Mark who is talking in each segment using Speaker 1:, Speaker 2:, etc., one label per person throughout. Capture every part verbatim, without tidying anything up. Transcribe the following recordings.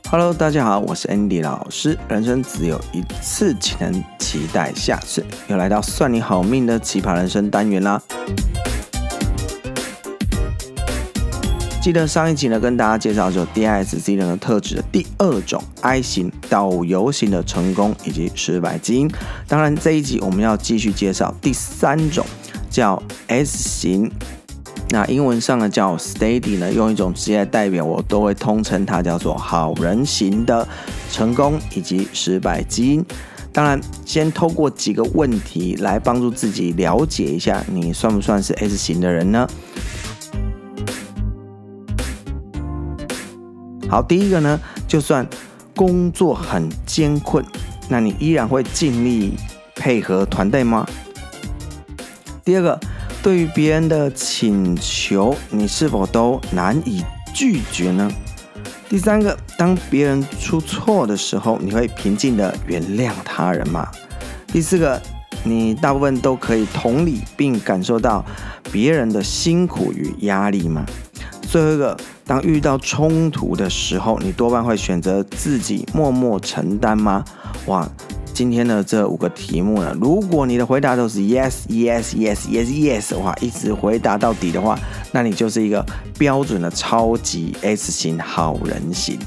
Speaker 1: Hello， 大家好，我是 Andy 老师。人生只有一次，请能期待下次。又来到算你好命的奇葩人生单元啦。记得上一集呢，跟大家介绍就 D I S C 人的特质的第二种 I 型导游型的成功以及失败基因。当然这一集我们要继续介绍第三种，叫 S 型。那英文上呢叫 Steady 呢，用一种职业代表，我都会通称它叫做好人型的成功以及失败基因。当然，先透过几个问题来帮助自己了解一下，你算不算是 S 型的人呢？好，第一个呢，就算工作很艰困，那你依然会尽力配合团队吗？第二个，对于别人的请求，你是否都难以拒绝呢？第三个，当别人出错的时候，你会平静的原谅他人吗？第四个，你大部分都可以同理并感受到别人的辛苦与压力吗？最后一个，当遇到冲突的时候，你多半会选择自己默默承担吗？哇！今天的这五个题目呢，如果你的回答都是 yes yes yes yes yes 的话，一直回答到底的话，那你就是一个标准的超级 S 型好人型。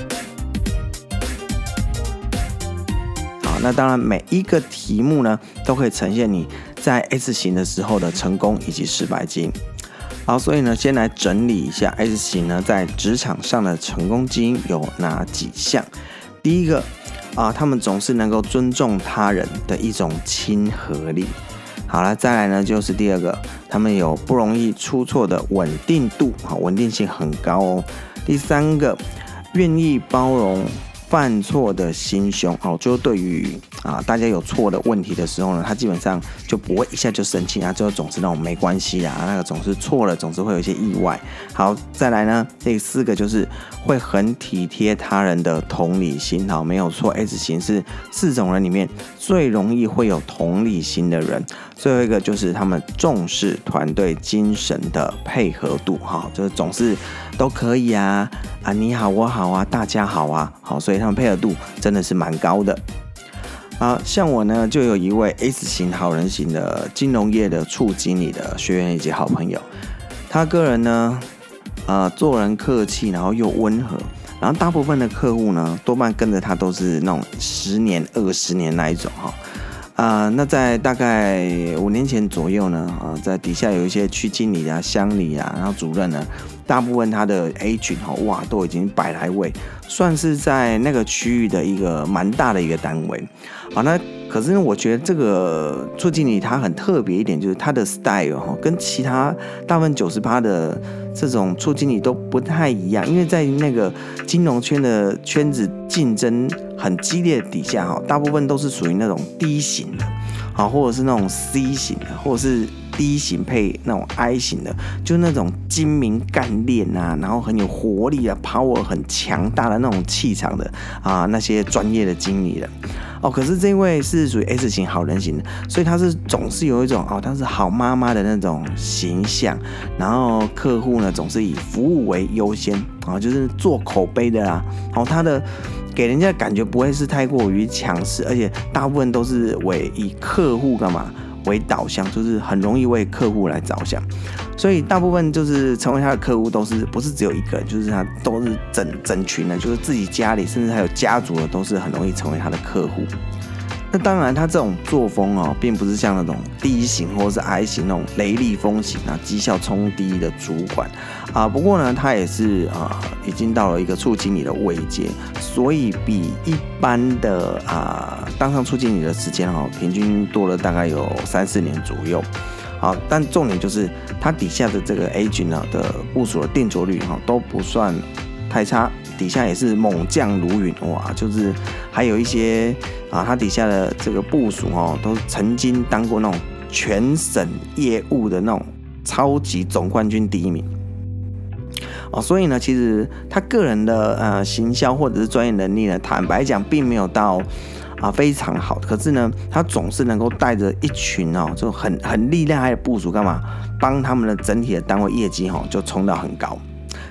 Speaker 1: 好，那当然每一个题目呢，都可以呈现你在 S 型的时候的成功以及失败基因。好，所以呢，先来整理一下 S 型呢在职场上的成功基因有哪几项。第一个啊，他们总是能够尊重他人的一种亲和力。好了，再来呢就是第二个，他们有不容易出错的稳定度，好，稳定性很高哦。第三个，愿意包容犯错的心胸，好，就对于啊大家有错的问题的时候呢，他基本上就不会一下就生气啊，最后总是那种没关系啊，那个总是错了，总是会有一些意外。好，再来呢，第四个就是会很体贴他人的同理心，好，没有错 ，S 型是四种人里面最容易会有同理心的人。最后一个就是他们重视团队精神的配合度，哈，就是总是都可以啊，啊你好我好啊，大家好啊，好，所以他们配合度真的是蛮高的。好，像我呢，就有一位 S 型好人型的金融业的处经理的学员以及好朋友，他个人呢，呃，做人客气，然后又温和，然后大部分的客户呢，多半跟着他都是那种十年、二十年那一种哈。啊、呃，那在大概五年前左右呢，啊、呃，在底下有一些区经理啊、乡理啊，然后主任呢，大部分他的 A 群哈，哇，都已经百来位，算是在那个区域的一个蛮大的一个单位。好，那可是我觉得这个处经理他很特别一点，就是他的 style 哈，跟其他大部分 百分之九十 的这种处经理都不太一样，因为在那个金融圈的圈子竞争很激烈的底下哈，大部分都是属于那种 D 型的，好，或者是那种 C 型的，或者是 D 型配那种 I 型的，就那种精明干练啊，然后很有活力啊 ，power 很强大的那种气场的啊，那些专业的经理人。哦，可是这位是属于 S 型好人型的，所以他是总是有一种哦，他是好妈妈的那种形象，然后客户呢总是以服务为优先，啊、哦，就是做口碑的啦。哦，他的给人家的感觉不会是太过于强势，而且大部分都是为以客户干嘛为导向，就是很容易为客户来着想，所以大部分就是成为他的客户都是不是只有一个人，就是他都是整整群的，就是自己家里甚至还有家族的都是很容易成为他的客户。那当然，他这种作风哦，并不是像那种 D 型或是 I 型那种雷厉风行啊、绩效冲低的主管啊。不过呢，他也是啊，已经到了一个处经理的位阶，所以比一般的啊当上处经理的时间哦，平均多了大概有三四年左右。好，但重点就是他底下的这个 A 群呢的部署的定着率哈都不算太差，底下也是猛将如云哇，就是还有一些啊，他底下的这个部署哦，都曾经当过那种全省业务的那种超级总冠军第一名。哦，所以呢，其实他个人的呃行销或者是专业能力呢，坦白讲并没有到啊非常好，可是呢，他总是能够带着一群哦，就很很厉害的部署干嘛，帮他们的整体的单位业绩哦就冲到很高。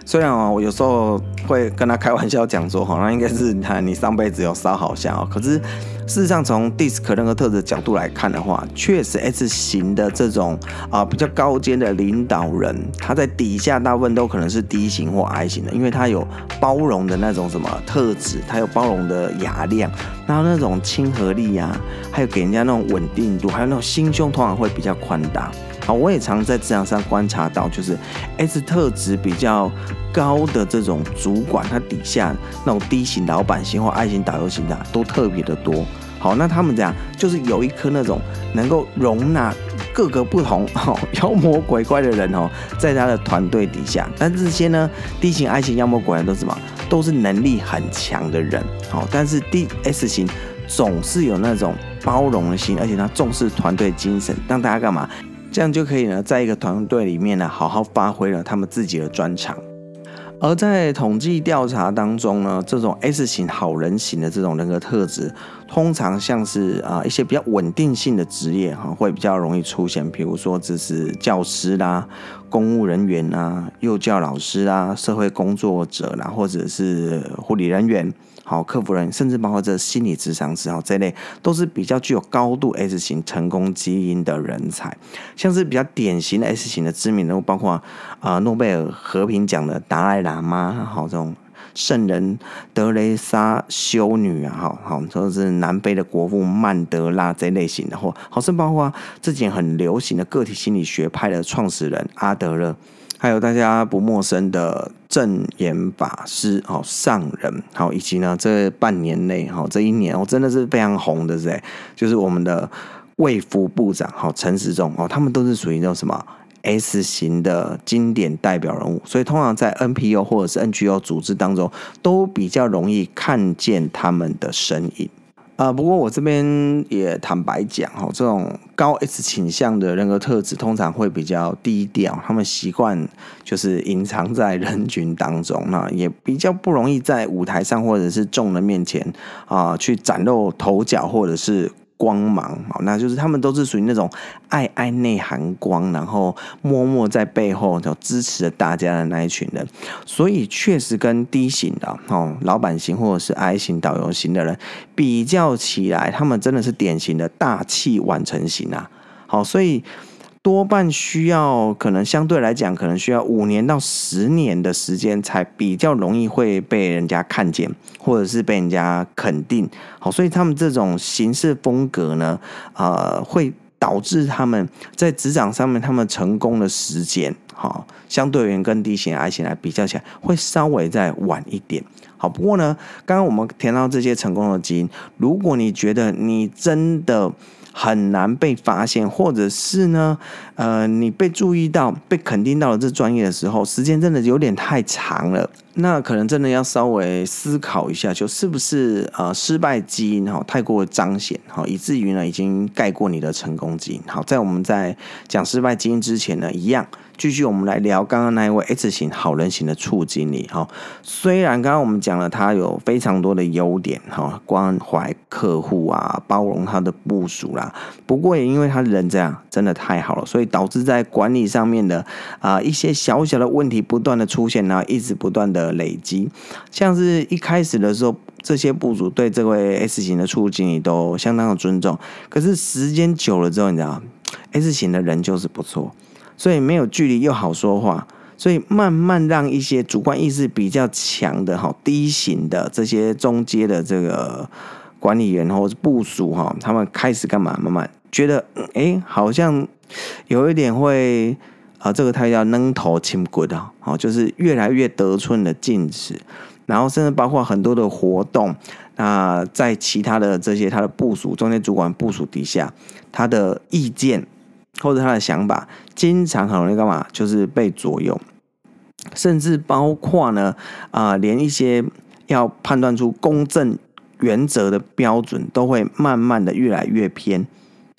Speaker 1: 虽然哦，我有时候会跟他开玩笑讲说，哈，那应该是你上辈子有烧好香哦。可是事实上，从 D I S C 人格特质的角度来看的话，确实 S 型的这种啊、呃、比较高阶的领导人，他在底下大部分都可能是 D 型或 I 型的，因为他有包容的那种什么特质，他有包容的雅量，然后那种亲和力啊，还有给人家那种稳定度，还有那种心胸通常会比较宽大。好，我也常在职场上观察到，就是 S 特质比较高的这种主管，他底下那种 D 型老板型或 I 型导游型的都特别的多。好，那他们这样就是有一颗那种能够容纳各个不同、哦、妖魔鬼怪的人哦，在他的团队底下。但这些呢 ，D 型、I 型妖魔鬼怪都是什么？都是能力很强的人。好，但是 D S 型总是有那种包容的心，而且他重视团队精神，让大家干嘛？这样就可以呢，在一个团队里面呢，好好发挥了他们自己的专长。而在统计调查当中呢，这种 S 型好人型的这种人格特质，通常像是啊、呃、一些比较稳定性的职业哈，会比较容易出现，比如说这是教师啦、公务人员啦、幼教老师啦、社会工作者啦，或者是护理人员。好，客服人，甚至包括这心理咨商师，好，这类都是比较具有高度 S 型成功基因的人才。像是比较典型的 S 型的知名人物，包括啊诺贝尔和平奖的达赖喇嘛，好，这种圣人德雷莎修女啊，好好，或者是南非的国父曼德拉这类型的，或好，甚至包括之前很流行的个体心理学派的创始人阿德勒。还有大家不陌生的证严法师、哦、上人，好，以及呢这半年内、哦、这一年、哦、真的是非常红的是，就是我们的卫福部长、哦、陈时中、哦、他们都是属于那种什么 S 型的经典代表人物，所以通常在 N P O 或者是 N G O 组织当中，都比较容易看见他们的身影。呃，不过我这边也坦白讲，这种高 S 倾向的人格特质通常会比较低调，他们习惯就是隐藏在人群当中，那也比较不容易在舞台上或者是众人面前啊、呃、去崭露头角或者是光芒，那就是他们都是属于那种爱爱内含光，然后默默在背后支持着大家的那一群人，所以确实跟 D 型的、哦、老板型或者是 I 型导游型的人比较起来，他们真的是典型的大器晚成型啊。好，所以多半需要可能相对来讲，可能需要五年到十年的时间，才比较容易会被人家看见，或者是被人家肯定。好，所以他们这种行事风格呢，呃，会导致他们在职场上面，他们成功的时间，好，相对而言跟 D 型、I 型来比较起来，会稍微再晚一点。好，不过呢，刚刚我们谈到这些成功的基因，如果你觉得你真的很难被发现，或者是呢，呃，你被注意到、被肯定到了这专业的时候，时间真的有点太长了，那可能真的要稍微思考一下，就是不是呃失败基因哈太过彰显哈，以至于呢已经盖过你的成功基因。好，在我们在讲失败基因之前呢，一样继续我们来聊刚刚那一位 S 型好人型的处经理哈。虽然刚刚我们讲了他有非常多的优点哈，关怀客户啊，包容他的部属啦，不过也因为他人这样真的太好了，所以导致在管理上面的啊、呃、一些小小的问题不断的出现，然后一直不断的累积。像是一开始的时候，这些部属对这位 S 型的处经理都相当的尊重，可是时间久了之后，你知道 S 型的人就是不错，所以没有距离又好说话，所以慢慢让一些主观意识比较强的低型的这些中阶的这个管理员或者部属，他们开始干嘛？慢慢觉得哎，好像有一点会啊，这个它叫扔头轻骨的，就是越来越得寸的进尺，然后甚至包括很多的活动，那在其他的这些他的部属、中间主管部属底下，他的意见或者他的想法，经常很容易干嘛？就是被左右，甚至包括呢啊、呃，连一些要判断出公正原则的标准，都会慢慢的越来越偏。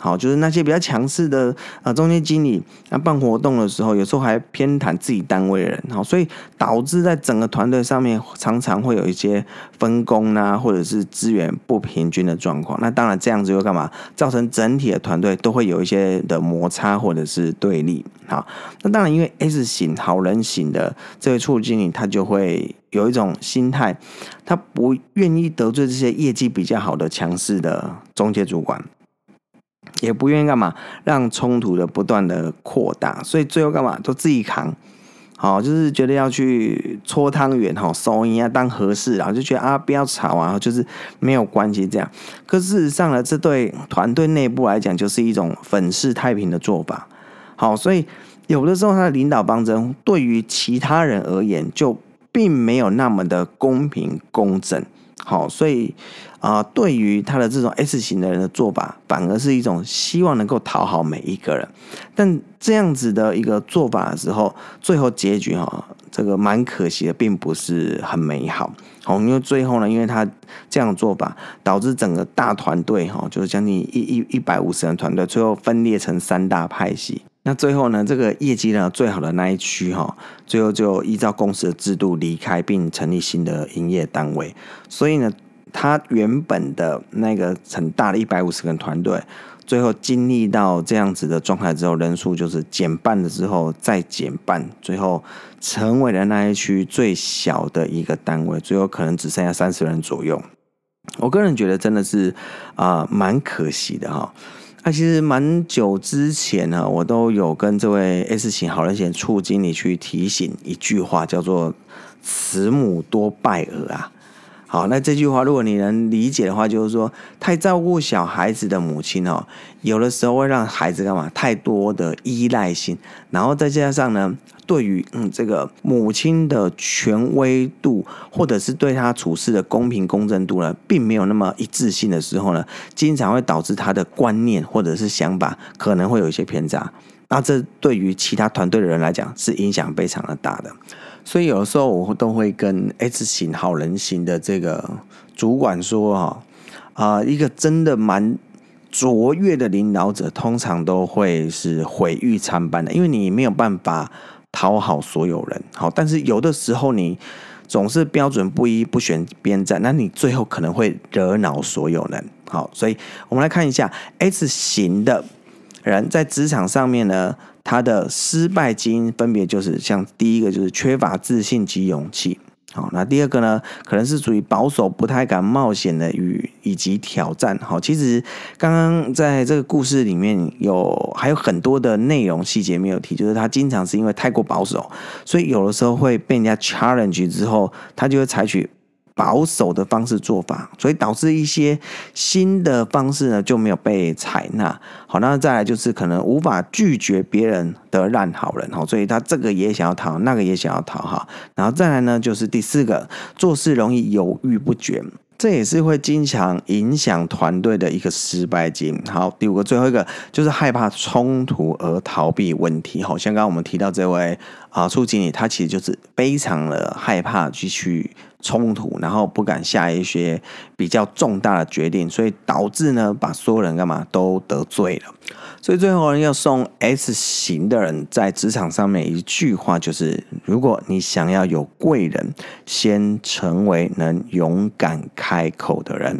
Speaker 1: 好，就是那些比较强势的呃中间经理啊，办活动的时候，有时候还偏袒自己单位的人，好，所以导致在整个团队上面常常会有一些分工啊，或者是资源不平均的状况。那当然这样子又干嘛？造成整体的团队都会有一些的摩擦或者是对立。好，那当然因为 S 型好人型的这位处经理，他就会有一种心态，他不愿意得罪这些业绩比较好的强势的中介主管。也不愿意干嘛，让冲突的不断的扩大，所以最后干嘛都自己扛，好，就是觉得要去搓汤圆，好，收银啊，当和事，然后就觉得啊不要吵啊，就是没有关系这样。可事实上呢，这对团队内部来讲就是一种粉饰太平的做法，好，所以有的时候他的领导方针对于其他人而言就并没有那么的公平公正。好，所以啊、呃，对于他的这种 S 型的人的做法，反而是一种希望能够讨好每一个人。但这样子的一个做法的时候，最后结局哈，这个蛮可惜的，并不是很美好。好，因为最后呢，因为他这样的做法，导致整个大团队哈，就是将近一一一百五十人团队，最后分裂成三大派系。那最后呢，这个业绩呢最好的那一区哈，最后就依照公司的制度离开，并成立新的营业单位。所以呢，他原本的那个很大的一百五十个人团队，最后经历到这样子的状态之后，人数就是减半了之后再减半，最后成为了那一区最小的一个单位，最后可能只剩下三十人左右。我个人觉得真的是啊，蛮、呃、可惜的哈。那、啊、其实蛮久之前呢，我都有跟这位 S 型好人型处经理去提醒一句话，叫做“慈母多败儿”啊。好，那这句话如果你能理解的话，就是说太照顾小孩子的母亲哦，有的时候会让孩子干嘛？太多的依赖性，然后再加上呢，对于嗯这个母亲的权威度，或者是对他处事的公平公正度呢，并没有那么一致性的时候呢，经常会导致他的观念或者是想法可能会有一些偏差。那这对于其他团队的人来讲，是影响非常的大的。所以有的时候我都会跟 S 型好人型的这个主管说哈，啊、呃，一个真的蛮卓越的领导者，通常都会是毁誉参半的，因为你没有办法讨好所有人。好，但是有的时候你总是标准不一，不选边站，那你最后可能会惹恼所有人。好，所以我们来看一下 S 型的人在职场上面呢，他的失败基因分别就是像第一个就是缺乏自信及勇气。好，那第二个呢，可能是属于保守，不太敢冒险的与以及挑战。好，其实刚刚在这个故事里面有还有很多的内容细节没有提，就是他经常是因为太过保守，所以有的时候会被人家 challenge 之后，他就会采取保守的方式做法，所以导致一些新的方式呢就没有被采纳。好，那再来就是可能无法拒绝别人的烂好人，所以他这个也想要讨好，那个也想要讨好。然后再来呢，就是第四个，做事容易犹豫不决。这也是会经常影响团队的一个失败基因。好，第五个，最后一个就是害怕冲突而逃避问题。好，像刚刚我们提到这位啊处经理，他其实就是非常的害怕去去冲突，然后不敢下一些比较重大的决定，所以导致呢把所有人干嘛都得罪了。所以最后呢，要送 S 型的人在职场上面一句话，就是如果你想要有贵人，先成为能勇敢开口的人。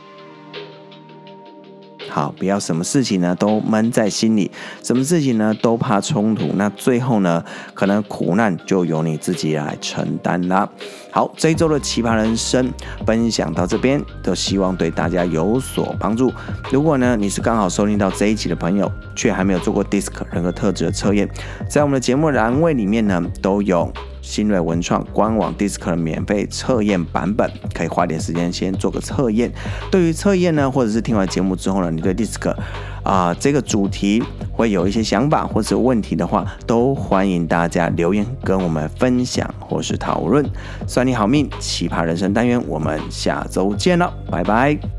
Speaker 1: 好，不要什么事情呢都闷在心里，什么事情呢都怕冲突，那最后呢可能苦难就由你自己来承担啦。好，这一周的奇葩人生分享到这边，都希望对大家有所帮助。如果呢你是刚好收听到这一集的朋友，却还没有做过 D I S C 人格特质的测验，在我们的节目栏位里面呢都有新锐文创官网 D I S C 的免费测验版本，可以花点时间先做个测验。对于测验呢，或者是听完节目之后呢，你对 D I S C 啊、呃、这个主题会有一些想法或者问题的话，都欢迎大家留言跟我们分享或是讨论。算你好命，奇葩人生单元，我们下周见了，拜拜。